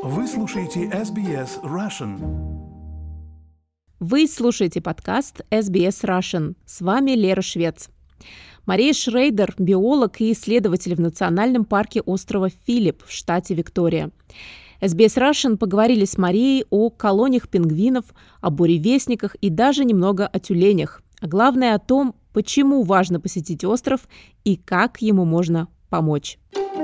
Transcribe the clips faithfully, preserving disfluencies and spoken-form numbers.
Вы слушаете эс би эс Russian. Вы слушаете подкаст эс би эс Russian. С вами Лера Швец. Мария Шрейдер – биолог и исследователь в Национальном парке острова Филипп в штате Виктория. эс би эс Russian поговорили с Марией о колониях пингвинов, о буревестниках и даже немного о тюленях. А главное о том, почему важно посетить остров и как ему можно помочь.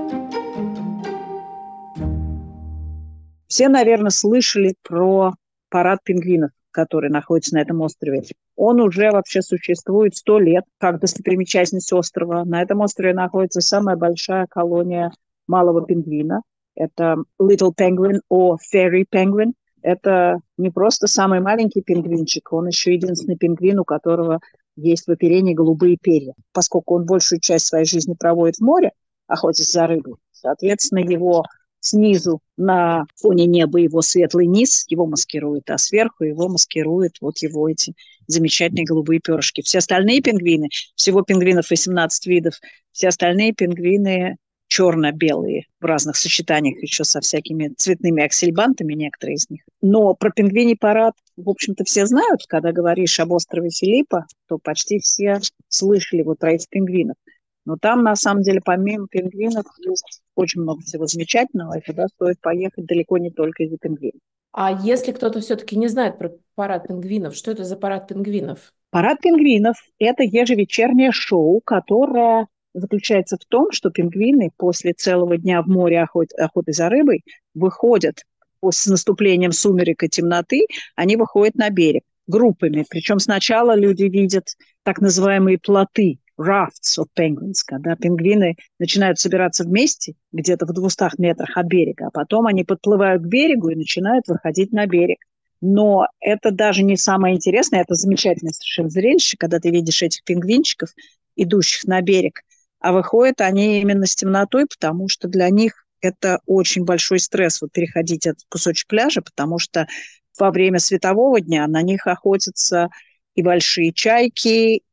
Все, наверное, слышали про парад пингвинов, который находится на этом острове. Он уже вообще существует сто лет, как достопримечательность острова. На этом острове находится самая большая колония малого пингвина. Это Little Penguin or Fairy Penguin. Это не просто самый маленький пингвинчик, он еще единственный пингвин, у которого есть в оперении голубые перья. Поскольку он большую часть своей жизни проводит в море, охотясь за рыбой, соответственно, его снизу на фоне неба его светлый низ его маскирует, а сверху его маскируют вот его эти замечательные голубые перышки. Все остальные пингвины, всего пингвинов восемнадцать видов, все остальные пингвины черно-белые в разных сочетаниях, еще со всякими цветными аксельбантами, некоторые из них. Но про пингвиний парад, в общем-то, все знают. Когда говоришь об острове Филиппа, то почти все слышали вот про этих пингвинов. Но там, на самом деле, помимо пингвинов, есть очень много всего замечательного, и туда стоит поехать далеко не только из-за пингвинов. А если кто-то все-таки не знает про парад пингвинов, что это за парад пингвинов? Парад пингвинов – это ежевечернее шоу, которое заключается в том, что пингвины после целого дня в море охот- охоты за рыбой выходят с наступлением сумерек и темноты, они выходят на берег группами. Причем сначала люди видят так называемые плоты, rafts of penguins, когда пингвины начинают собираться вместе где-то в двухстах метрах от берега, а потом они подплывают к берегу и начинают выходить на берег. Но это даже не самое интересное, это замечательное совершенно зрелище, когда ты видишь этих пингвинчиков, идущих на берег, а выходят они именно с темнотой, потому что для них это очень большой стресс вот переходить этот кусочек пляжа, потому что во время светового дня на них охотятся и большие чайки,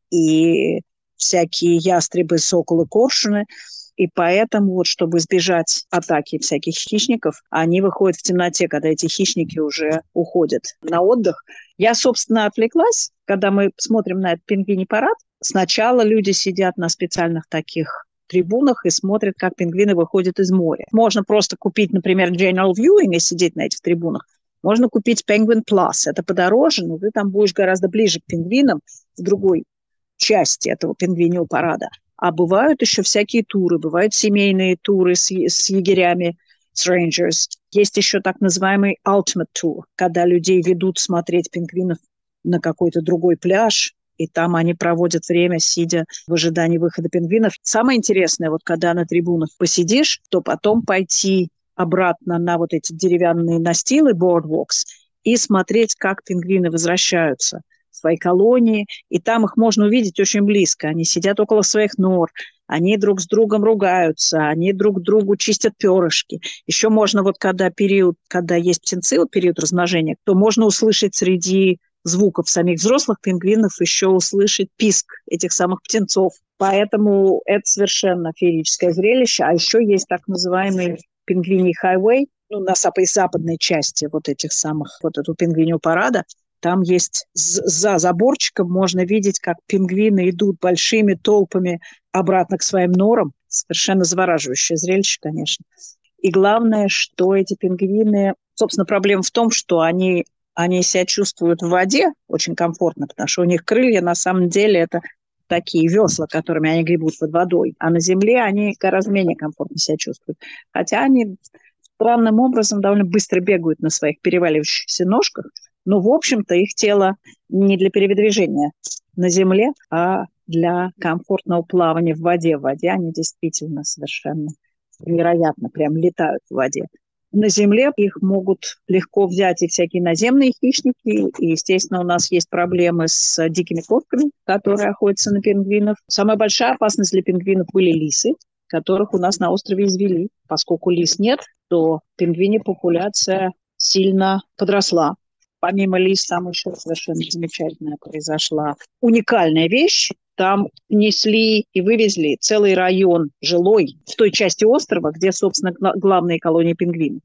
и всякие ястребы, соколы, коршуны. И поэтому, вот, чтобы избежать атаки всяких хищников, они выходят в темноте, когда эти хищники уже уходят на отдых. Я, собственно, отвлеклась, когда мы смотрим на этот пингвиний парад. Сначала люди сидят на специальных таких трибунах и смотрят, как пингвины выходят из моря. Можно просто купить, например, General Viewing и сидеть на этих трибунах. Можно купить Penguin Plus. Это подороже, но ты там будешь гораздо ближе к пингвинам в другой части этого пингвиньего парада. А бывают еще всякие туры, бывают семейные туры с, с егерями, с рейнджерс. Есть еще так называемый Ultimate Tour, когда людей ведут смотреть пингвинов на какой-то другой пляж, и там они проводят время, сидя в ожидании выхода пингвинов. Самое интересное, вот когда на трибунах посидишь, то потом пойти обратно на вот эти деревянные настилы, boardwalks, и смотреть, как пингвины возвращаются в свои колонии, и там их можно увидеть очень близко. Они сидят около своих нор, они друг с другом ругаются, они друг другу чистят перышки. Еще можно, вот когда период, когда есть птенцы, вот период размножения, то можно услышать среди звуков самих взрослых пингвинов еще услышать писк этих самых птенцов. Поэтому это совершенно феерическое зрелище. А еще есть так называемый пингвиний хайвей, ну, на самой западной части вот этих самых, вот этого пингвиньего парада. Там есть за заборчиком можно видеть, как пингвины идут большими толпами обратно к своим норам. Совершенно завораживающее зрелище, конечно. И главное, что эти пингвины... Собственно, проблема в том, что они, они себя чувствуют в воде очень комфортно, потому что у них крылья, на самом деле, это такие весла, которыми они гребут под водой. А на земле они гораздо менее комфортно себя чувствуют. Хотя они странным образом довольно быстро бегают на своих переваливающихся ножках. Но, в общем-то, их тело не для передвижения на земле, а для комфортного плавания в воде. В воде они действительно совершенно невероятно прям летают в воде. На земле их могут легко взять и всякие наземные хищники. И, естественно, у нас есть проблемы с дикими кошками, которые охотятся на пингвинов. Самая большая опасность для пингвинов были лисы, которых у нас на острове извели. Поскольку лис нет, то пингвинья популяция сильно подросла. Помимо лис, там еще совершенно замечательная произошла уникальная вещь. Там несли и вывезли целый район жилой в той части острова, где, собственно, главные колонии пингвинов.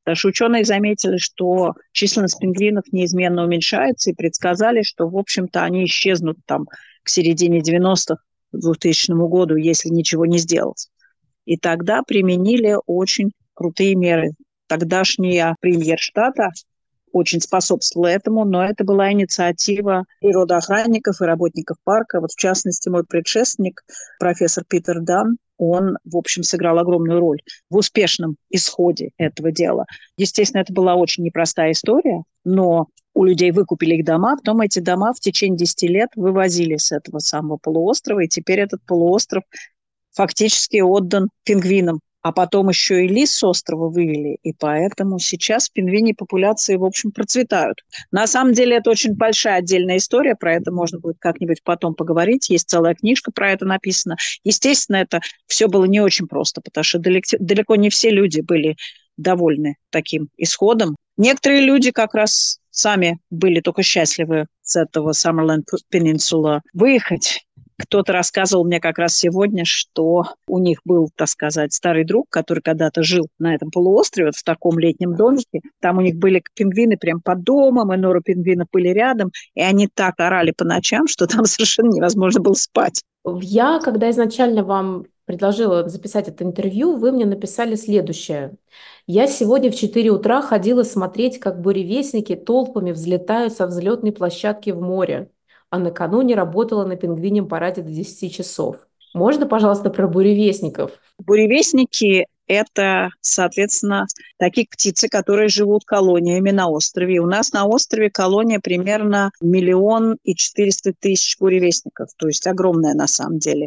Потому что ученые заметили, что численность пингвинов неизменно уменьшается и предсказали, что, в общем-то, они исчезнут там к середине девяностых, к двухтысячному году, если ничего не сделать. И тогда применили очень крутые меры. Тогдашняя премьер штата очень способствовала этому, но это была инициатива природоохранников и работников парка. Вот в частности, мой предшественник, профессор Питер Дан, он, в общем, сыграл огромную роль в успешном исходе этого дела. Естественно, это была очень непростая история, но у людей выкупили их дома, потом эти дома в течение десяти лет вывозили с этого самого полуострова, и теперь этот полуостров фактически отдан пингвинам. А потом еще и лис с острова вывели, и поэтому сейчас пингвини популяции, в общем, процветают. На самом деле это очень большая отдельная история, про это можно будет как-нибудь потом поговорить, есть целая книжка про это написана. Естественно, это все было не очень просто, потому что далеко, далеко не все люди были довольны таким исходом. Некоторые люди как раз сами были только счастливы с этого Summerland Peninsula выехать. Кто-то рассказывал мне как раз сегодня, что у них был, так сказать, старый друг, который когда-то жил на этом полуострове, вот в таком летнем домике. Там у них были пингвины прямо под домом, и норы пингвинов были рядом, и они так орали по ночам, что там совершенно невозможно было спать. Я, когда изначально вам предложила записать это интервью, вы мне написали следующее. Я сегодня в четыре утра ходила смотреть, как буревестники толпами взлетают со взлетной площадки в море, а накануне работала на пингвиньем параде до десяти часов. Можно, пожалуйста, про буревестников? Буревестники – это, соответственно, такие птицы, которые живут колониями на острове. У нас на острове колония примерно миллион и четыреста тысяч буревестников, то есть огромная на самом деле.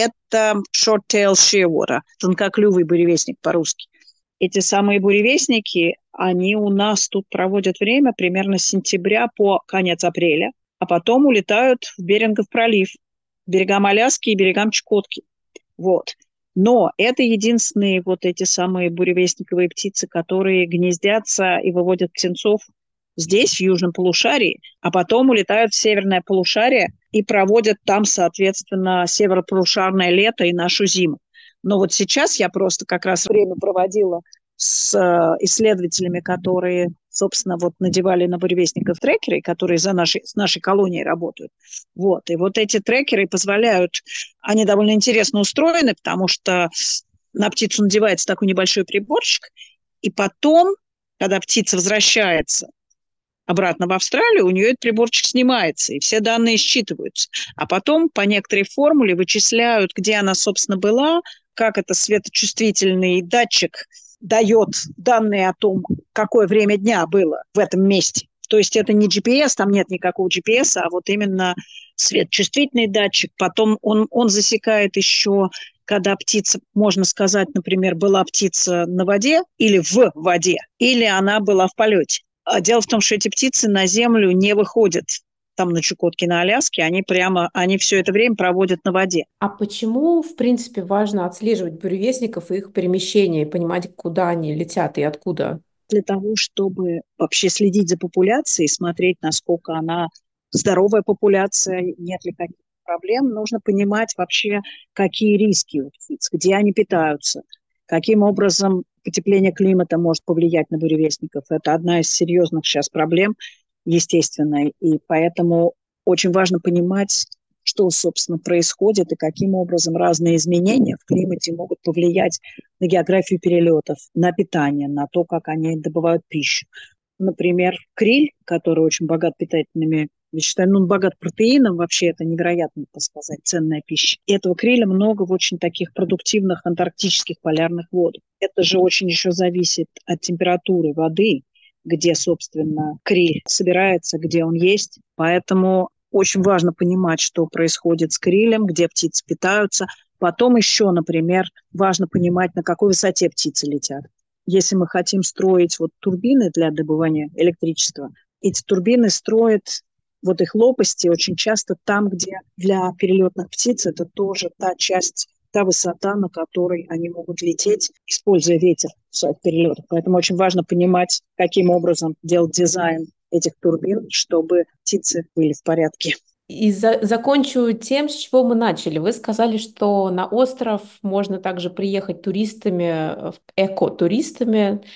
Это short-tail shearwater, тонкоклювый буревестник по-русски. Эти самые буревестники, они у нас тут проводят время примерно с сентября по конец апреля, а потом улетают в Берингов пролив, берегам Аляски и берегам Чукотки. Вот. Но это единственные вот эти самые буревестниковые птицы, которые гнездятся и выводят птенцов здесь, в южном полушарии, а потом улетают в северное полушарие и проводят там, соответственно, северополушарное лето и нашу зиму. Но вот сейчас я просто как раз время проводила с исследователями, которые, собственно, вот надевали на буревестников трекеры, которые за нашей, с нашей колонией работают. Вот. И вот эти трекеры позволяют, они довольно интересно устроены, потому что на птицу надевается такой небольшой приборчик, и потом, когда птица возвращается обратно в Австралию, у нее этот приборчик снимается, и все данные считываются. А потом по некоторой формуле вычисляют, где она, собственно, была, как это светочувствительный датчик дает данные о том, какое время дня было в этом месте. То есть это не джи пи эс, там нет никакого джи пи эс, а вот именно светочувствительный датчик. Потом он, он засекает еще, когда птица, можно сказать, например, была птица на воде или в воде, или она была в полете. А дело в том, что эти птицы на землю не выходят. Там на Чукотке, на Аляске, они прямо, они все это время проводят на воде. А почему, в принципе, важно отслеживать буревестников и их перемещение, и понимать, куда они летят и откуда? Для того, чтобы вообще следить за популяцией, смотреть, насколько она здоровая популяция, нет ли каких-то проблем, нужно понимать вообще, какие риски у птиц, где они питаются, каким образом потепление климата может повлиять на буревестников. Это одна из серьезных сейчас проблем, естественно, и поэтому очень важно понимать, что, собственно, происходит и каким образом разные изменения в климате могут повлиять на географию перелетов, на питание, на то, как они добывают пищу. Например, криль, который очень богат питательными веществами, ну, он богат протеином, вообще это невероятно, так сказать, ценная пища. И этого криля много в очень таких продуктивных антарктических полярных водах. Это же очень еще зависит от температуры воды, где, собственно, криль собирается, где он есть. Поэтому очень важно понимать, что происходит с крилем, где птицы питаются. Потом еще, например, важно понимать, на какой высоте птицы летят. Если мы хотим строить вот турбины для добывания электричества, эти турбины строят, вот их лопасти очень часто там, где для перелетных птиц это тоже та часть, та высота, на которой они могут лететь, используя ветер в своих перелетах. Поэтому очень важно понимать, каким образом делать дизайн этих турбин, чтобы птицы были в порядке. И за- закончу тем, с чего мы начали. Вы сказали, что на остров можно также приехать туристами, э, эко-туристами,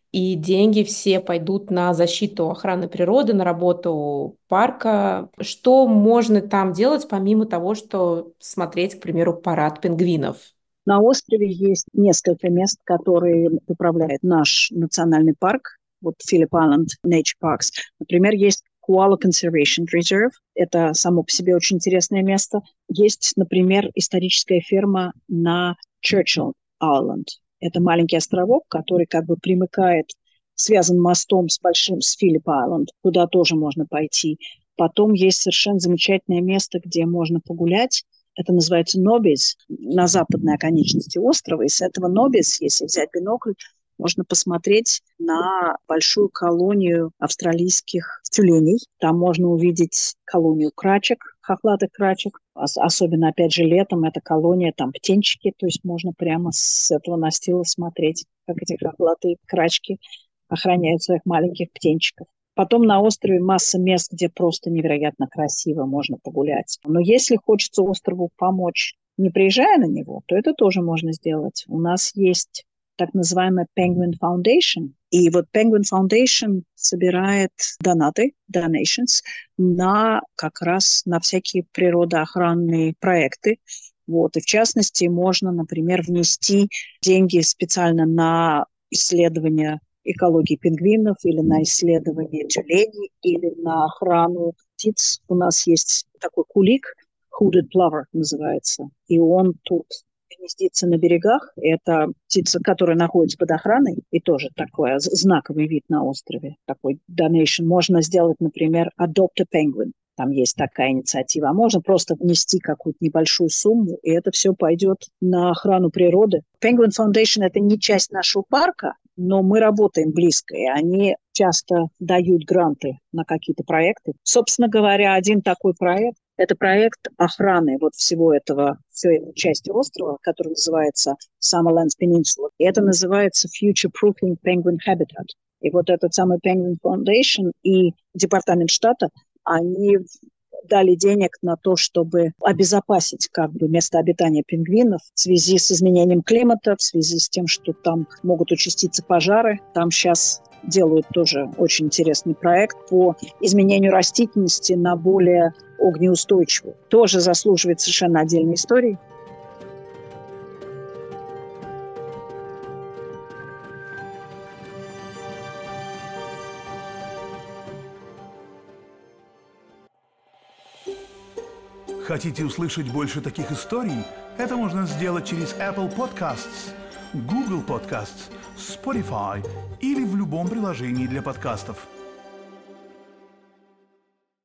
и деньги все пойдут на защиту охраны природы, на работу парка. Что можно там делать, помимо того, что смотреть, к примеру, парад пингвинов? На острове есть несколько мест, которые управляет наш национальный парк, вот Phillip Island Nature Parks. Например, есть Koala Conservation Reserve. Это само по себе очень интересное место. Есть, например, историческая ферма на Churchill Island. Это маленький островок, который как бы примыкает, связан мостом с большим, с Phillip Island, куда тоже можно пойти. Потом есть совершенно замечательное место, где можно погулять. Это называется Нобис, на западной оконечности острова. И с этого Нобис, если взять бинокль, можно посмотреть на большую колонию австралийских тюленей. Там можно увидеть колонию крачек, хохлатых крачек. Особенно, опять же, летом эта колония, там птенчики. То есть можно прямо с этого настила смотреть, как эти хохлатые крачки охраняют своих маленьких птенчиков. Потом на острове масса мест, где просто невероятно красиво можно погулять. Но если хочется острову помочь, не приезжая на него, то это тоже можно сделать. У нас есть так называемая Penguin Foundation. И вот Penguin Foundation собирает донаты, donations, на как раз на всякие природоохранные проекты. Вот. И в частности, можно, например, внести деньги специально на исследования экологии пингвинов или на исследование тюленей или на охрану птиц. У нас есть такой кулик, hooded plover называется, и он тут гнездится на берегах. Это птица, которая находится под охраной, и тоже такой знаковый вид на острове, такой donation. Можно сделать, например, adopt a penguin. Там есть такая инициатива. А можно просто внести какую-то небольшую сумму, и это все пойдет на охрану природы. Penguin Foundation – это не часть нашего парка, но мы работаем близко, и они часто дают гранты на какие-то проекты. Собственно говоря, один такой проект – это проект охраны вот всего этого, всей этой части острова, который называется Summerlands Peninsula. И это называется Future Proofing Penguin Habitat. И вот этот самый Penguin Foundation и Департамент штата, они дали денег на то, чтобы обезопасить как бы место обитания пингвинов в связи с изменением климата, в связи с тем, что там могут участиться пожары. Там сейчас делают тоже очень интересный проект по изменению растительности на более огнеустойчивую. Тоже заслуживает совершенно отдельной истории. Хотите услышать больше таких историй? Это можно сделать через Apple Podcasts, Google Podcasts, Spotify или в любом приложении для подкастов.